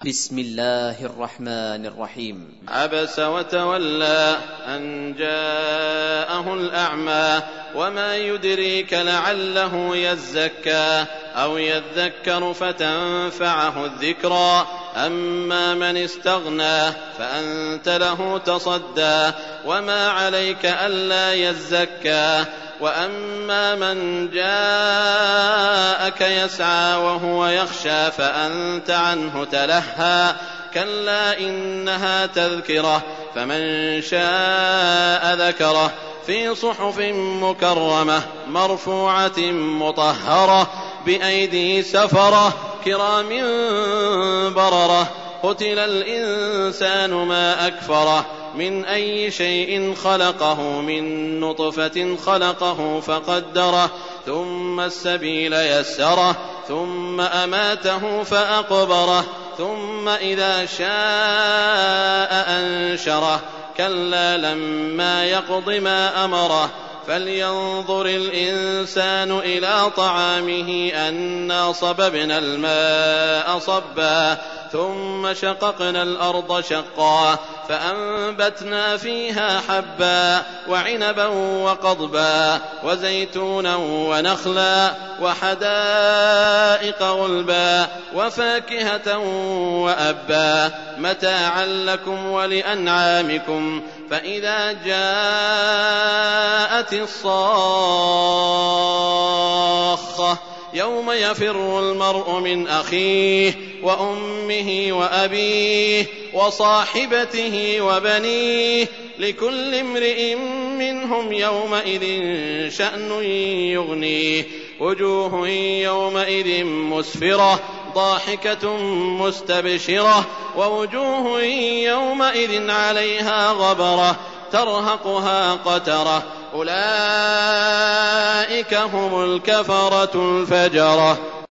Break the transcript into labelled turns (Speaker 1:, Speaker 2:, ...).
Speaker 1: بسم الله الرحمن الرحيم.
Speaker 2: عبس وتولى أن جاءه الأعمى وما يدريك لعله يزكى أو يذكر فتنفعه الذكرى أما من استغنى فأنت له تصدى وما عليك ألا يزكى وأما من جاءك يسعى وهو يخشى فأنت عنه تلهى كلا إنها تذكرة فمن شاء ذكره في صحف مكرمة مرفوعة مطهرة بأيدي سفرة كرام بررة قتل الإنسان ما أكفره من أي شيء خلقه من نطفة خلقه فقدره ثم السبيل يسره ثم أماته فأقبره ثم إذا شاء أنشره كلا لما يقض ما أمره فلينظر الإنسان إلى طعامه أنا صببنا الماء صبا ثم شققنا الأرض شقا فأنبتنا فيها حبا وعنبا وقضبا وزيتونا ونخلا وحدائق غلبا وفاكهة وأبا متاعا لكم ولأنعامكم فإذا جاءت الصاخة يوم يفر المرء من أخيه وأمه وأبيه وصاحبته وبنيه لكل امرئ منهم يومئذ شأن يغنيه وجوه يومئذ مسفرة ضاحكة مستبشرة ووجوه يومئذ عليها غبرة ترهقها قترة أولئك هم الكفرة الفجرة.